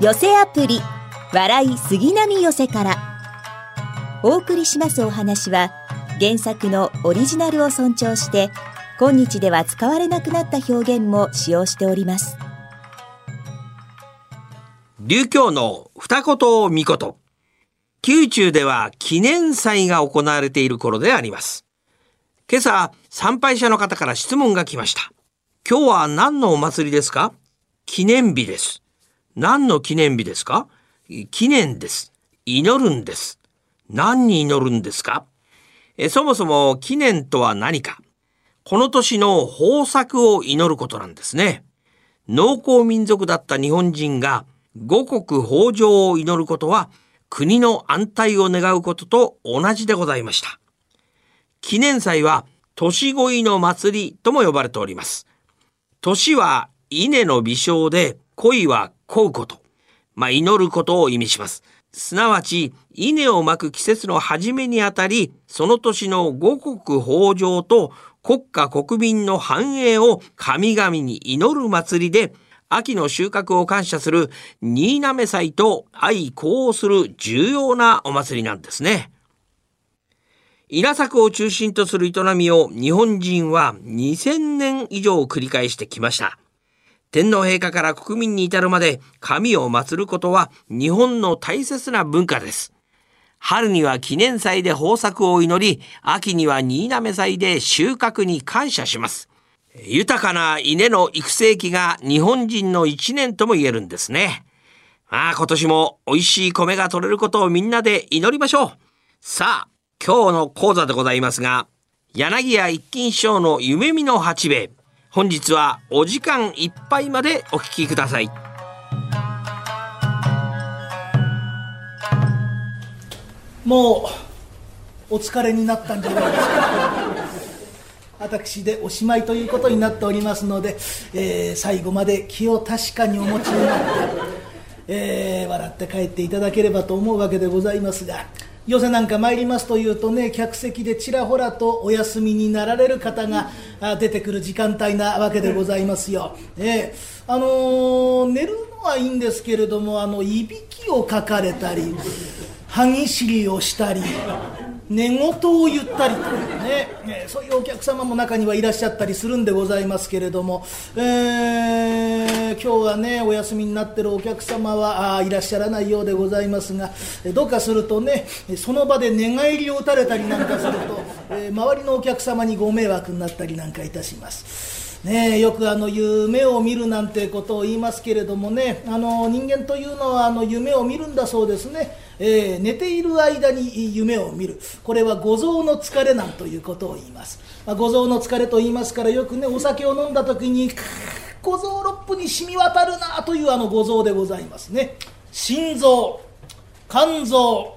寄せアプリ笑い杉並寄せからお送りしますお話は、原作のオリジナルを尊重して今日では使われなくなった表現も使用しております。 琉球の二言御言。宮中では記念祭が行われている頃であります。今朝参拝者の方から質問が来ました。今日は何のお祭りですか？記念日です。何の記念日ですか？記念です。祈るんです。何に祈るんですか？そもそも記念とは何か。この年の豊作を祈ることなんですね。農耕民族だった日本人が五穀豊穣を祈ることは、国の安泰を願うことと同じでございました。記念祭は年越の祭りとも呼ばれております。年は稲の微笑で、鯉は乞うこと、祈ることを意味します。すなわち稲をまく季節の初めにあたり、その年の五穀豊穣と国家国民の繁栄を神々に祈る祭りで、秋の収穫を感謝する新嘗祭と相呼応する重要なお祭りなんですね。稲作を中心とする営みを日本人は2000年以上繰り返してきました。天皇陛下から国民に至るまで神を祀ることは日本の大切な文化です。春には記念祭で豊作を祈り、秋には新嘗祭で収穫に感謝します。豊かな稲の育成期が日本人の一年とも言えるんですね。今年も美味しい米が取れることをみんなで祈りましょう。さあ、今日の講座でございますが、柳家一金師匠の夢見の八兵衛。本日はお時間いっぱいまでお聞きください。 もうお疲れになったんじゃないですか。私でおしまいということになっておりますので、最後まで気を確かにお持ちになって、笑って帰っていただければと思うわけでございますが、寄席なんか参りますというとね、客席でちらほらとお休みになられる方が出てくる時間帯なわけでございますよ。寝るのはいいんですけれども、いびきをかかれたり、歯ぎしりをしたり、寝言を言ったりとね、そういうお客様も中にはいらっしゃったりするんでございますけれども、今日はねお休みになってるお客様はいらっしゃらないようでございますが、どうかするとね、その場で寝返りを打たれたりなんかすると、周りのお客様にご迷惑になったりなんかいたしますね。よく夢を見るなんてことを言いますけれどもね、人間というのは夢を見るんだそうですね。寝ている間に夢を見る、これは五臓の疲れなんということを言います。五臓の疲れと言いますから、よくねお酒を飲んだ時に五臓六腑に染み渡るなという五臓でございますね。心臓、肝臓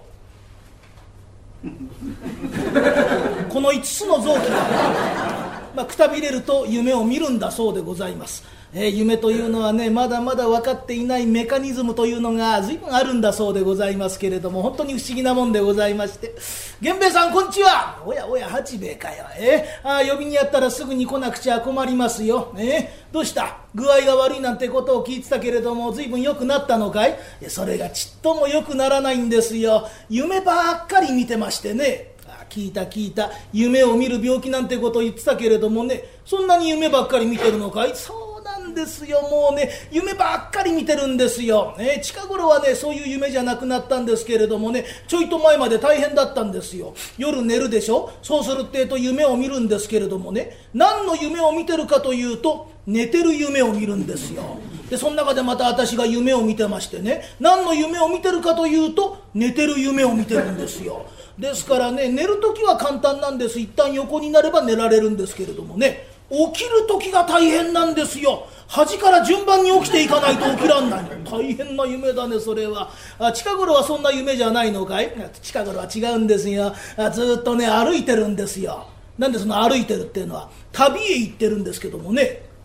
この5つの臓器がくたびれると夢を見るんだそうでございます。夢というのはね、まだまだ分かっていないメカニズムというのが随分あるんだそうでございますけれども、本当に不思議なもんでございまして、源兵衛さんこんにちは。おやおや八兵衛かよ。呼びにやったらすぐに来なくちゃ困りますよ。どうした具合が悪いなんてことを聞いてたけれども、随分良くなったのかい？それがちっとも良くならないんですよ。夢ばっかり見てましてね。聞いた夢を見る病気なんてことを言ってたけれどもね、そんなに夢ばっかり見てるのかい？そうなんですよ。もうね夢ばっかり見てるんですよ。近頃はねそういう夢じゃなくなったんですけれどもね、ちょいと前まで大変だったんですよ。夜寝るでしょ。そうするって夢を見るんですけれどもね、何の夢を見てるかというと寝てる夢を見るんですよ。でその中でまた私が夢を見てましてね、何の夢を見てるかというと寝てる夢を見てるんですよ。ですからね、寝るときは簡単なんです。一旦横になれば寝られるんですけれどもね、起きるときが大変なんですよ。端から順番に起きていかないと起きらんない。大変な夢だねそれは。近頃はそんな夢じゃないのかい？近頃は違うんですよ。ずっとね歩いてるんですよ。なんでその歩いてるっていうのは旅へ行ってるんですけどもね、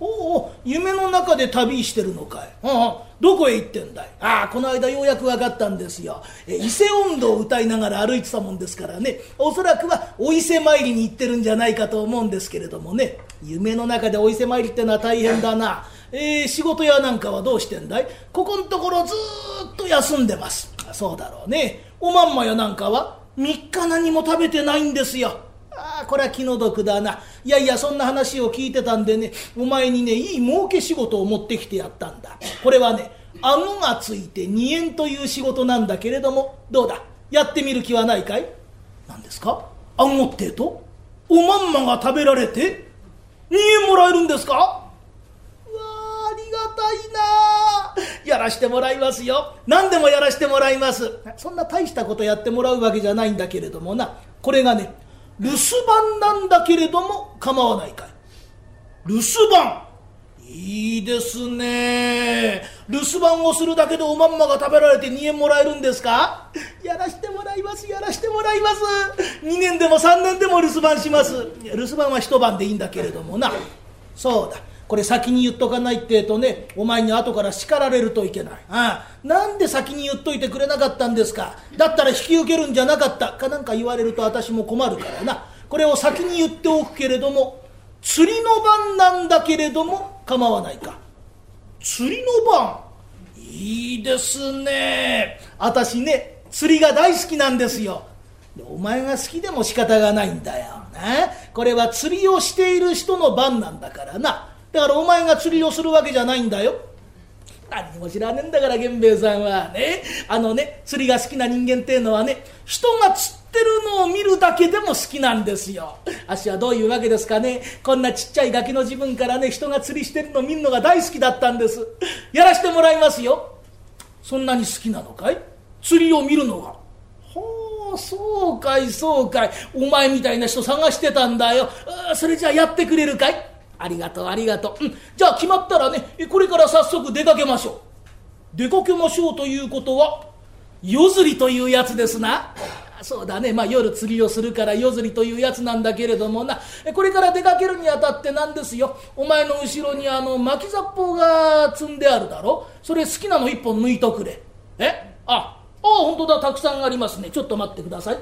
おお、夢の中で旅してるのかい。どこへ行ってんだい。この間ようやく分かったんですよ。伊勢音頭を歌いながら歩いてたもんですからね、おそらくはお伊勢参りに行ってるんじゃないかと思うんですけれどもね。夢の中でお伊勢参りってのは大変だな。仕事やなんかはどうしてんだい。ここのところずーっと休んでます。そうだろうね。おまんまやなんかは3日何も食べてないんですよ。これは気の毒だな。いやいや、そんな話を聞いてたんでね、お前にね、いい儲け仕事を持ってきてやったんだ。これはね、顎がついて2円という仕事なんだけれども、どうだ、やってみる気はないかい。何ですか、顎ってえとおまんまが食べられて2円もらえるんですか。うわあ、ありがたいな。やらしてもらいますよ。何でもやらしてもらいます。そんな大したことやってもらうわけじゃないんだけれどもな、これがね、留守番なんだけれども構わないかい。留守番、いいですね。留守番をするだけでおまんまが食べられて2円もらえるんですか。やらしてもらいます、やらしてもらいます。2年でも3年でも留守番します。留守番は一晩でいいんだけれどもな。そうだ、これ先に言っとかないってえとね、お前に後から叱られるといけない。なんで先に言っといてくれなかったんですか。だったら引き受けるんじゃなかったかなんか言われると私も困るからな。これを先に言っておくけれども、釣りの番なんだけれども構わないか。釣りの番、いいですね。私ね、釣りが大好きなんですよ。お前が好きでも仕方がないんだよな。これは釣りをしている人の番なんだからな。だからお前が釣りをするわけじゃないんだよ。何も知らねえんだから源兵衛さんはね。釣りが好きな人間っていうのはね、人が釣ってるのを見るだけでも好きなんですよ。あっしはどういうわけですかね。こんなちっちゃいガキの自分からね、人が釣りしてるのを見るのが大好きだったんです。やらしてもらいますよ。そんなに好きなのかい、釣りを見るのが。ほう、そうかいそうかい。お前みたいな人探してたんだよ。それじゃあやってくれるかい。ありがとうありがとう。じゃあ決まったらね、これから早速出かけましょう。出かけましょうということは夜釣りというやつですな。そうだね、夜釣りをするから夜釣りというやつなんだけれどもな、これから出かけるにあたってなんですよ、お前の後ろに巻き雑報が積んであるだろ。それ好きなの一本抜いとくれ。本当だ、たくさんありますね。ちょっと待ってください。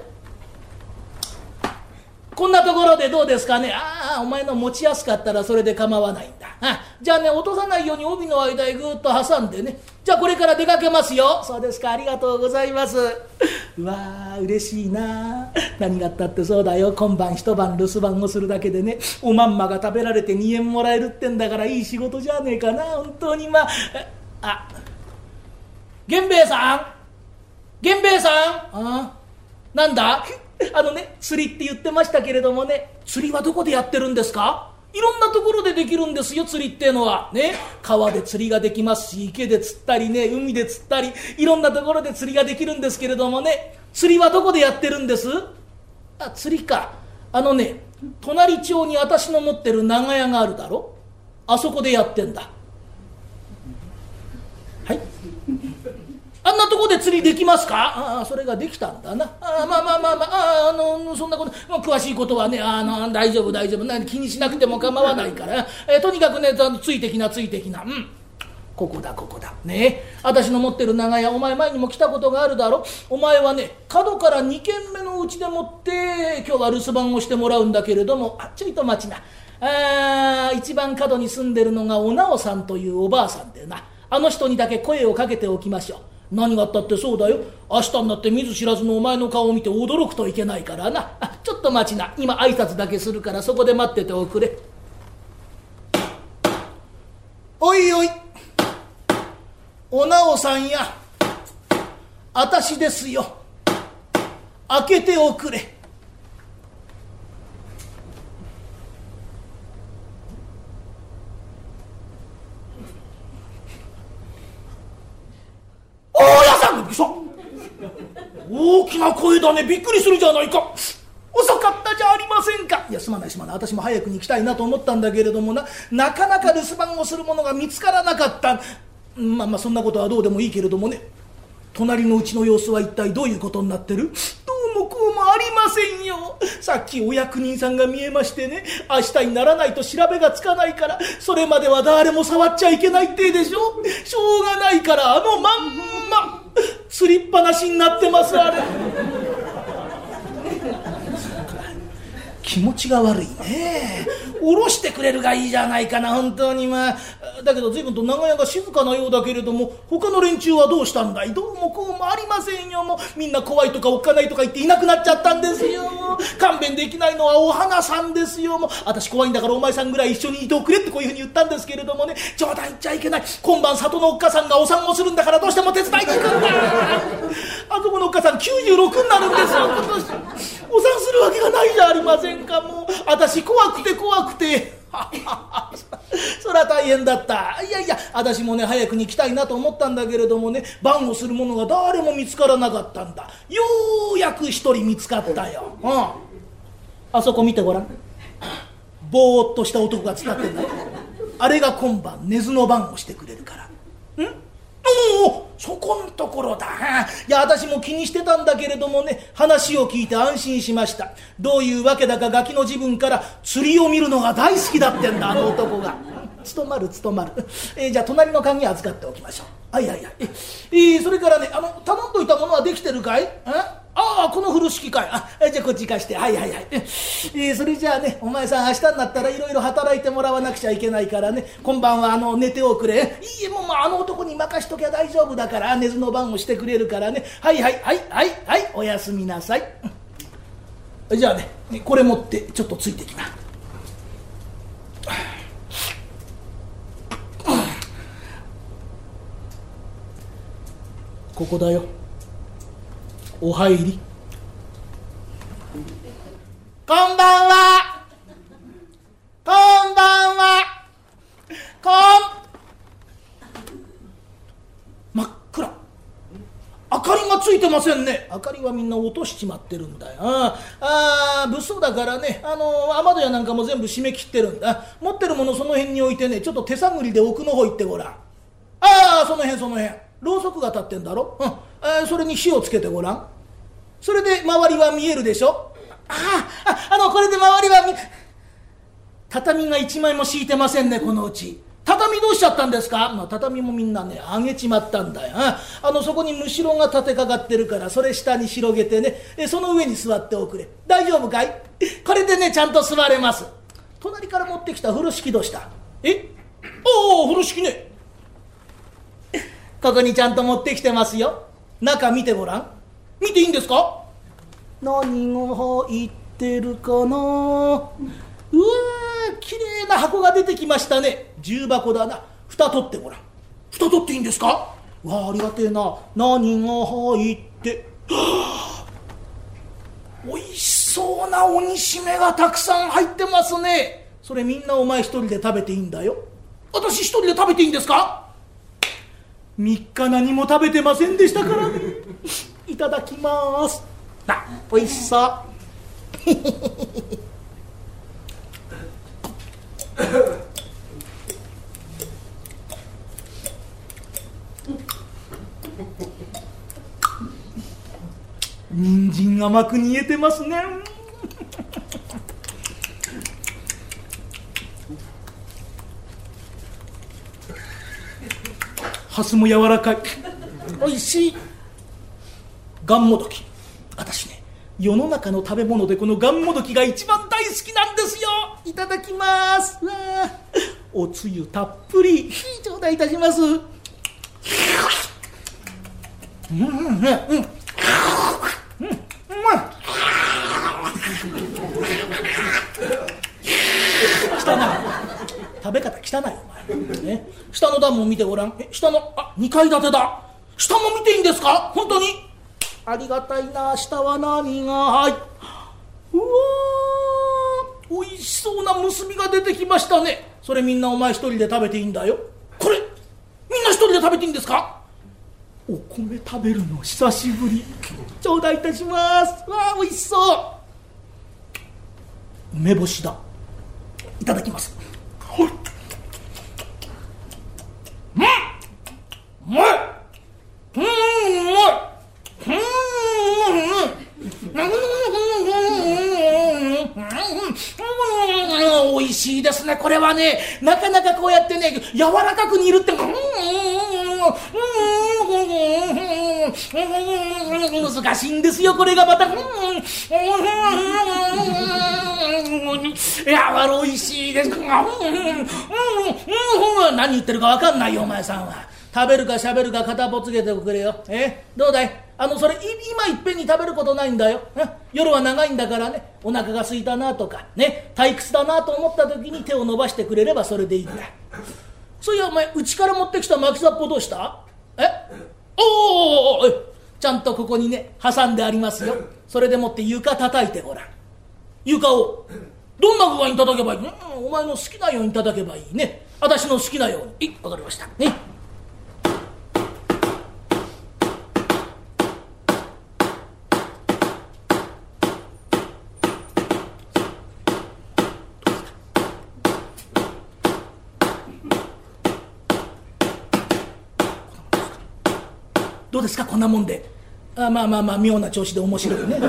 こんなところでどうですかね。お前の持ちやすかったらそれで構わないんだ。じゃあね、落とさないように帯の間へぐーっと挟んでね。じゃあこれから出かけますよ。そうですか、ありがとうございます。うわー、嬉しいな。何があったってそうだよ。今晩一晩留守番をするだけでね、おまんまが食べられて2円もらえるってんだからいい仕事じゃねえかな。本当に源兵衛さん、源兵衛さん。なんだ釣りって言ってましたけれどもね、釣りはどこでやってるんですか。いろんなところでできるんですよ、釣りっていうのはね。川で釣りができますし、池で釣ったりね、海で釣ったり、いろんなところで釣りができるんですけれどもね、釣りはどこでやってるんです。釣りか。隣町に私の持ってる長屋があるだろ。あそこでやってんだ。はい。あんなとこで釣りできますか。それができたんだな。そんなこと、詳しいことはね、大丈夫大丈夫、気にしなくても構わないから、とにかくね、ついてきな。ここだね。私の持ってる長屋、お前前にも来たことがあるだろ。お前はね、角から2軒目のうちでもって今日は留守番をしてもらうんだけれども、ちょいと待ちな。一番角に住んでるのがお直さんというおばあさんでな、あの人にだけ声をかけておきましょう。何があったってそうだよ。明日になって見ず知らずのお前の顔を見て驚くといけないからな。ちょっと待ちな。今挨拶だけするからそこで待ってておくれ。おいおい、お直さんや、あたしですよ。開けておくれ。大きな声だね。びっくりするじゃないか。遅かったじゃありませんか。いや、すまない。私も早くに行きたいなと思ったんだけれどもなかなか留守番をするものが見つからなかった。そんなことはどうでもいいけれどもね、隣のうちの様子は一体どういうことになってる。どうもこうもありませんよ。 さっきお役人さんが見えましてね、明日にならないと調べがつかないから、それまでは誰も触っちゃいけないってでしょ。しょうがないからまんま吊りっぱなしになってます。あれ気持ちが悪いね。下ろしてくれるがいいじゃないかな、本当に。だけど随分と長屋が静かなようだけれども、他の連中はどうしたんだい。どうもこうもありませんよ。もうみんな怖いとかおっかないとか言っていなくなっちゃったんですよ。勘弁できないのはお花さんですよ。もう私怖いんだからお前さんぐらい一緒にいておくれってこういうふうに言ったんですけれどもね、冗談言っちゃいけない。今晩里のおっかさんがお産をするんだからどうしても手伝いに行くんだ。あそこのおっかさん96になるんですよ、今年。お産するわけがないじゃありませんか。もう私怖くてそりゃ大変だった。いや私もね早くに来たいなと思ったんだけれどもね、番をする者が誰も見つからなかったんだ。ようやく一人見つかったよ。あそこ見てごらん。ぼーっとした男が伝ってんだ。あれが今晩寝ずの番をしてくれるから。そこんところだ。いや私も気にしてたんだけれどもね、話を聞いて安心しました。どういうわけだかガキの自分から釣りを見るのが大好きだってんだ、あの男が。務まる。じゃあ隣の鍵預かっておきましょう。それからね、頼んどいたものはできてるかい。この風呂敷かい。じゃあこっち貸して。それじゃあね、お前さん明日になったらいろいろ働いてもらわなくちゃいけないからね、今晩は寝ておくれ。もうあの男に任しときゃ大丈夫だから、寝ずの番をしてくれるからね。おやすみなさい。じゃあね、これ持ってちょっとついてきな。ここだよ。お入り。こんばんは。真っ暗。明かりがついてませんね。明かりはみんな落としちまってるんだよ。物騒だからね、雨戸やなんかも全部閉め切ってるんだ。持ってるものその辺に置いてね、ちょっと手探りで奥の方行ってごらん。その辺。ろうそくが立ってんだろ。それに火をつけてごらん。それで周りは見えるでしょ。これで周りは畳が一枚も敷いてませんね、このうち。畳どうしちゃったんですか。畳もみんなね上げちまったんだよ。そこにむしろが立てかかってるから、それ下に広げてね、その上に座っておくれ。大丈夫かい。これでねちゃんと座れます。隣から持ってきた風呂敷どうした。風呂敷ね。ここにちゃんと持ってきてますよ。中見てごらん。見ていいんですか。何が入ってるかな。うわー、きれいな箱が出てきましたね。重箱だな。蓋取ってごらん。蓋取っていいんですか。わあ、ありがてえな。何が入っておいしそうな鬼しめがたくさん入ってますね。それみんなお前一人で食べていいんだよ。私一人で食べていいんですか。3日何も食べてませんでしたからね。いただきます。おいしそう。人参甘く煮えてますね。ハスも柔らかい。おいしい。がんもどき。私ね、世の中の食べ物でこのがんもどきが一番大好きなんですよ。いただきます。おつゆたっぷり頂戴いたします。汚い。食べ方汚いお前、ね、下の段も見てごらん。下の2階建てだ。下も見ていいんですか。本当にありがたいな。下は何が入っ。うわー、おいしそうな結びが出てきましたね。それみんなお前一人で食べていいんだよ。これみんな一人で食べていいんですか。お米食べるの久しぶり。頂戴いたします。わあ、おいしそう。梅干しだ。いただきます。うまい。 ですね。これはね、なかなかこうやってね、柔らかく煮るって難しいんですよ。これがまたいや、美味しいです。何言ってるか分かんないよ、お前さんは。食べるか喋るか片ぽつけてくれよ。どうだい？それ今いっぺんに食べることないんだよ。夜は長いんだからね、お腹が空いたなとかね、退屈だなと思った時に手を伸ばしてくれればそれでいいんだ。そういや、お前うちから持ってきた巻きざっぽどうした？おお、ちゃんとここにね挟んでありますよ。それでもって床叩いてごらん。床をどんな具合に叩けばいいね。お前の好きなように叩けばいいね。私の好きなように。わかりましたね。どうですか、こんなもんで。まあ妙な調子で面白いね。言う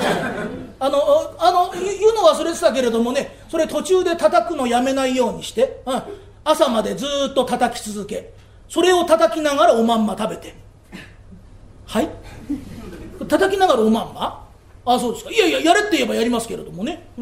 の忘れてたけれどもね、それ途中で叩くのやめないようにして、朝までずっと叩き続け、それを叩きながらおまんま食べて。はい、叩きながらおまんま。そうですか。いややれって言えばやりますけれどもね。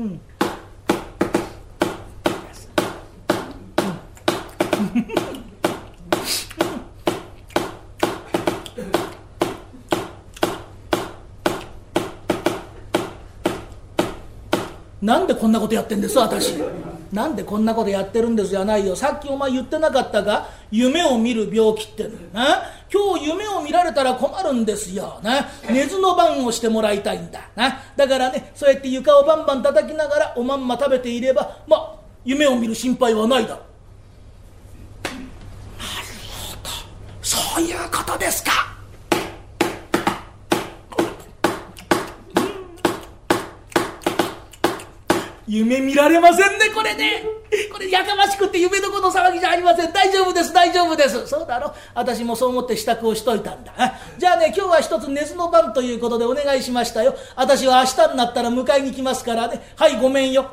なんでこんなことやってんです私。なんでこんなことやってるんですじゃないよ。さっきお前言ってなかったか、夢を見る病気ってのな。今日夢を見られたら困るんですよな。寝ずの番をしてもらいたいんだな。だからね、そうやって床をバンバン叩きながらおまんま食べていれば、夢を見る心配はないだろう。なるほど、そういうことですか。夢見られませんね、これね。これやかましくって夢のこと騒ぎじゃありません。大丈夫です、大丈夫です。そうだろ、私もそう思って支度をしといたんだ。じゃあね、今日は一つ寝ずの番ということでお願いしましたよ。私は明日になったら迎えに来ますからね。はい、ごめんよ。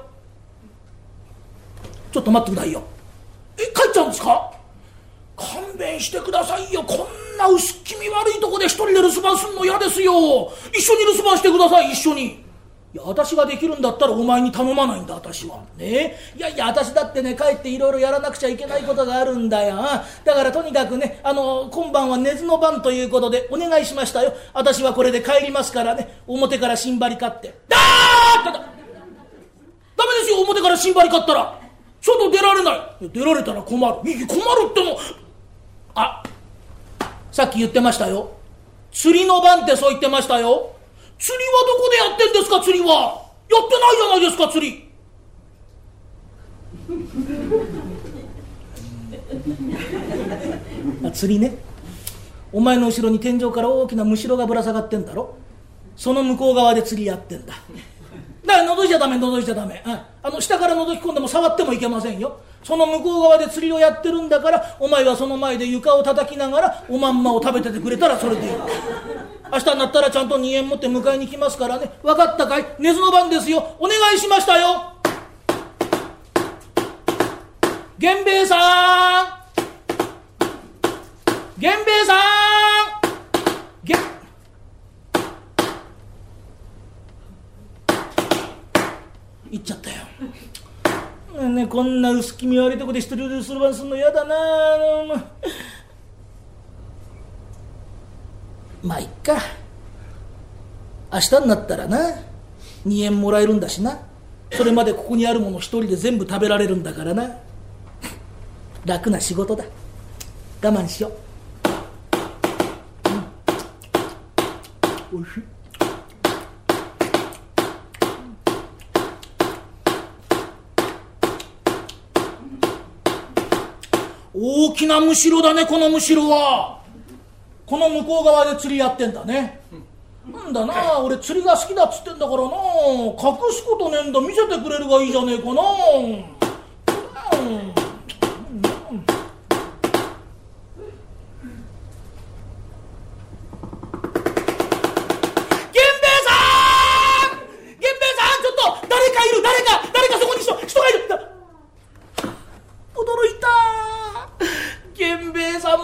ちょっと待ってくださいよ。帰っちゃうんですか？勘弁してくださいよ。こんな薄気味悪いとこで一人で留守番すんの嫌ですよ。一緒に留守番してください、一緒に。いや、私ができるんだったらお前に頼まないんだ、私はね。いや私だってね、帰っていろいろやらなくちゃいけないことがあるんだよ。だからとにかくね、今晩は寝ずの番ということでお願いしましたよ。私はこれで帰りますからね。表から新張り買って。ダメですよ、表から新張り買ったら外出られない。出られたら困る。困るっての。さっき言ってましたよ。釣りの番ってそう言ってましたよ。釣りはどこでやってんですか？釣りはやってないじゃないですか、釣り。釣りね。お前の後ろに天井から大きなむしろがぶら下がってんだろ。その向こう側で釣りやってんだ。だから覗いちゃダメ、覗いちゃダメ。下から覗き込んでも触ってもいけませんよ。その向こう側で釣りをやってるんだから、お前はその前で床を叩きながらおまんまを食べててくれたらそれでいい。明日になったらちゃんと2円持って迎えに来ますからね。分かったかい？寝ずの番ですよ。お願いしましたよ。源兵衛さん、源兵衛さん、行っちゃったよ。ね、こんな薄気味悪いとこで一人で留守番するの嫌だな。まあいっか。明日になったらな、2円もらえるんだしな。それまでここにあるもの一人で全部食べられるんだからな。楽な仕事だ。我慢しよう。おいしい。大きなむしろだね、このむしろは。この向こう側で釣りやってんだね。なんだな、俺釣りが好きだっつってんだからな。隠すことねえんだ、見せてくれるがいいじゃねえかな。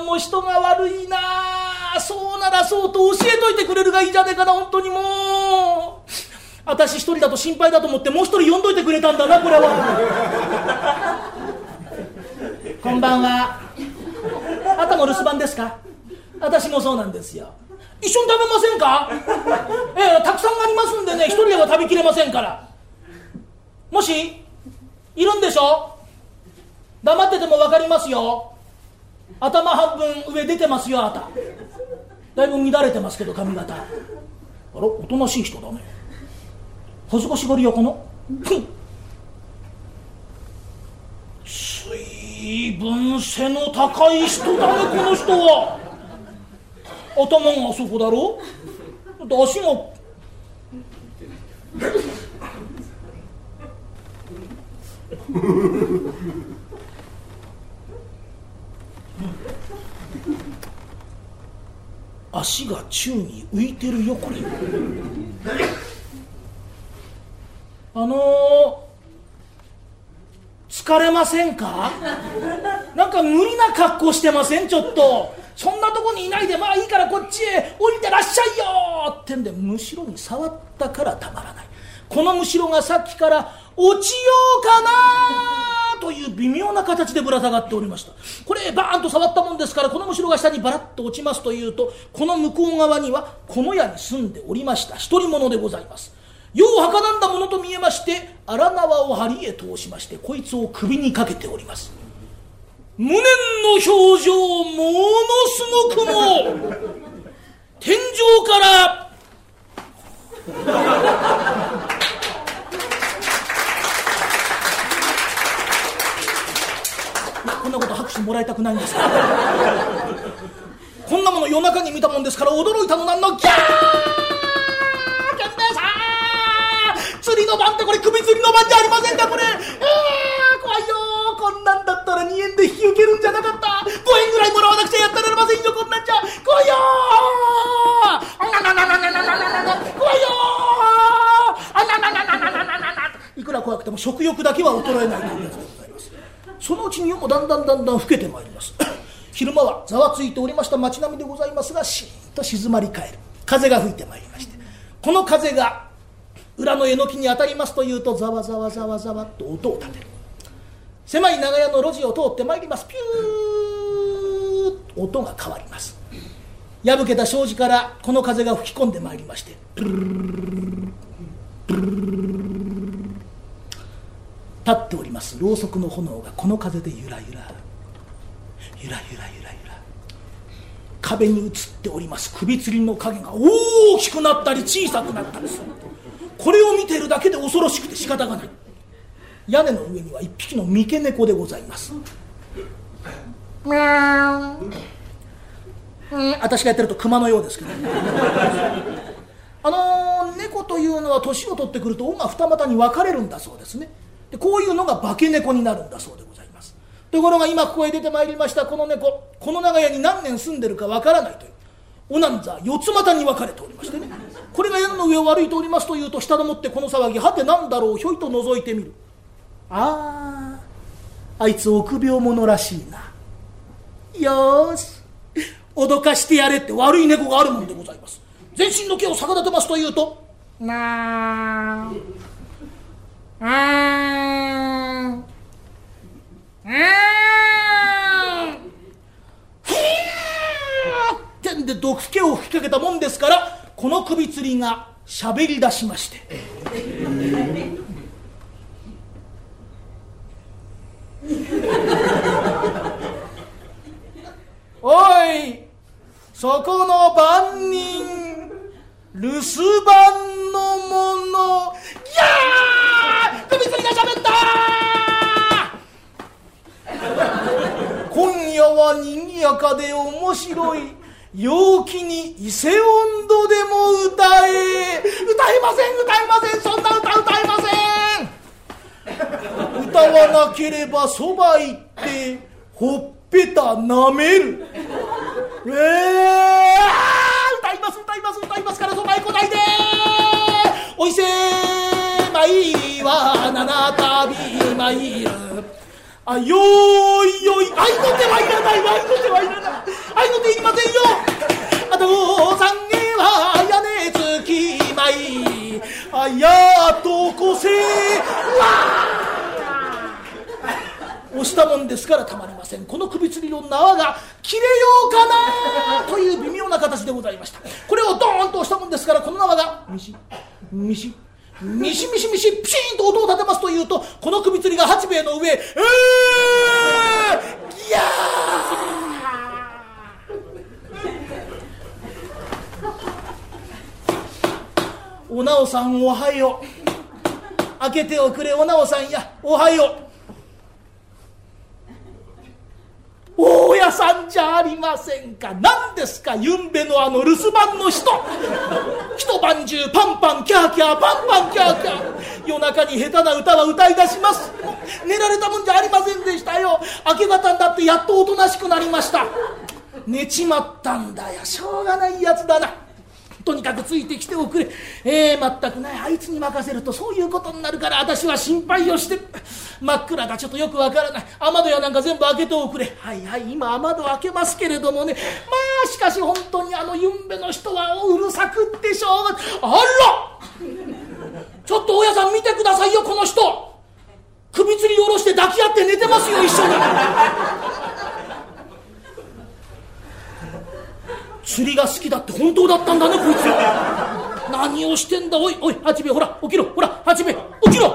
んも人が悪いな。そうならそうと教えといてくれるがいいじゃねえかな。本当にもう私一人だと心配だと思ってもう一人呼んどいてくれたんだなこれは。こんばんは。あたも留守番ですか？私もそうなんですよ。一緒に食べませんか？たくさんありますんでね、一人では食べきれませんから。もしいるんでしょ？黙ってても分かりますよ。頭半分上出てますよ。あただいぶ乱れてますけど髪型。あら、おとなしい人だね。恥ずかしがり屋かな。随分背の高い人だねこの人は。頭があそこだろ。だって足も足が宙に浮いてるよこれ。疲れませんか？なんか無理な格好してません？ちょっとそんなとこにいないで、まあいいからこっちへ降りてらっしゃいよってんで、むしろに触ったからたまらない。このむしろがさっきから落ちようかなという微妙な形でぶら下がっておりました。これバーンと触ったもんですから、このむしろが下にバラッと落ちますというと、この向こう側にはこの家に住んでおりました一人者でございます。ようはかなんだものと見えまして、荒縄を針へ通しましてこいつを首にかけております。無念の表情ものすごくも天井からこんなこと拍手もらいたくないんですか？こんなもの夜中に見たもんですから驚いたのなんの。ギャーケンベイさん、釣りの番ってこれ首吊りの番じゃありませんかこれ。怖いよ。こんなんだったら2円で引き受けるんじゃなかった。5円ぐらいもらわなくちゃやってられませんよこんなんじゃ。怖いよ怖いよ。いくら怖くても食欲だけは衰えないというやつでございます。そのうちに夜もだんだん老けてまいります。昼間はざわついておりました街並みでございますが、しーんと静まり返る風が吹いてまいりまして、この風が裏のえのきに当たりますというと、ざわざわざわざわと音を立てる。狭い長屋の路地を通ってまいります。ピューッと音が変わります。破けた障子からこの風が吹き込んでまいりまして、プルルルルプルルルル立っておりますろうそくの炎がこの風でゆらゆらゆらゆらゆらゆら、壁に映っております首吊りの影が大きくなったり小さくなったりする。これを見ているだけで恐ろしくて仕方がない。屋根の上には一匹の三毛猫でございます。私がやってると熊のようですけど、猫というのは年を取ってくると尾が二股に分かれるんだそうですね。でこういうのが化け猫になるんだそうでございます。ところが今ここへ出てまいりましたこの猫、この長屋に何年住んでるか分からないという、おなんざ四つ股に分かれておりましてね、これが屋根の上を歩いておりますというと、下でもってこの騒ぎ、はてなんだろう、ひょいと覗いてみる。あいつ臆病者らしいな。よーし脅かしてやれって悪い猫があるもんでございます。全身の毛を逆立てますというと、なーってんで毒気を吹きかけたもんですから、この首吊りが喋り出しましておいそこの番人留守番の者、ギャー首吊りが喋った今夜は賑やかで面白い、陽気に伊勢音頭でも歌え。歌えません、そんな歌歌えません。歌わなければそば行ってほっぺたなめる。歌いますからそばへ来ないで。お伊勢参りは七旅参る、 あよーいよい、愛の手はいらない、愛の手はいらない、愛の手いりませんよ。あとさんげは屋根つきまい、あやとこせ押したもんですからたまりません。この首吊りの縄が切れようかなという微妙な形でございました。これをドーンと押したもんですから、この縄がミシミシミシミシミシピシーンと音を立てますというと、この首吊りが八兵衛の上、ギャー。お直さんおはよう。開けておくれお直さんや、おはよう。大家さんじゃありませんか。何ですか、ゆんべの留守番の人。一晩中パンパンキャーキャー、パンパンキャーキャー。夜中に下手な歌は歌い出します。寝られたもんじゃありませんでしたよ。明け方になってやっとおとなしくなりました。寝ちまったんだよ。しょうがないやつだな。とにかくついてきておくれ。まったくない、あいつに任せるとそういうことになるから、私は心配をして。真っ暗だ、ちょっとよくわからない。雨戸やなんか全部開けておくれ。はいはい、今雨戸開けますけれどもね、まあしかし本当にゆんべの人はうるさくってしょうが。あら、ちょっと大家さん見てくださいよ、この人首吊り下ろして抱き合って寝てますよ、一緒に。釣りが好きだって本当だったんだね、こいつ。何をしてんだ。おいおい、八兵衛、ほら起きろ、ほら八兵衛起きろ。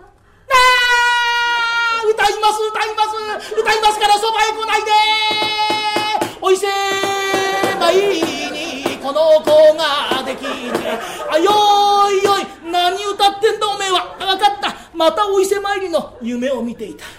歌います歌います歌いますから、そばへ来ないで。お伊勢参りにこの子ができて、あよいよい、何歌ってんだおめえは。分かった、またお伊勢参りの夢を見ていた。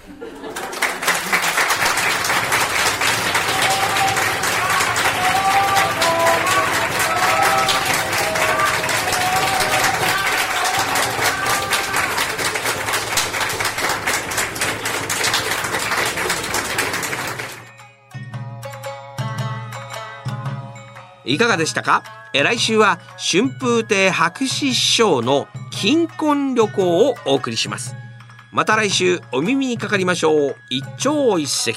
いかがでしたか。来週は春風亭白紙師匠の金婚旅行をお送りします。また来週お耳にかかりましょう。一朝一夕。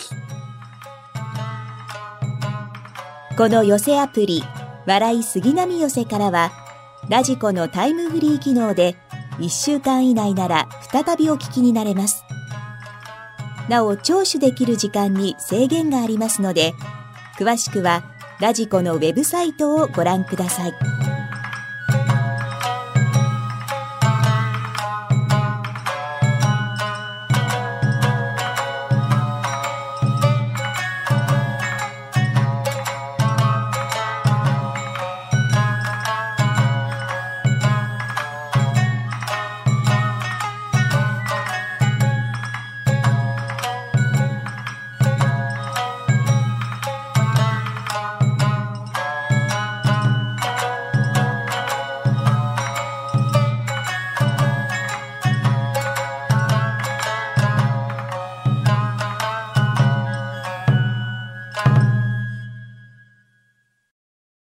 この寄せアプリ笑い杉並寄せからは、ラジコのタイムフリー機能で1週間以内なら再びお聞きになれます。なお聴取できる時間に制限がありますので、詳しくはラジコのウェブサイトをご覧ください。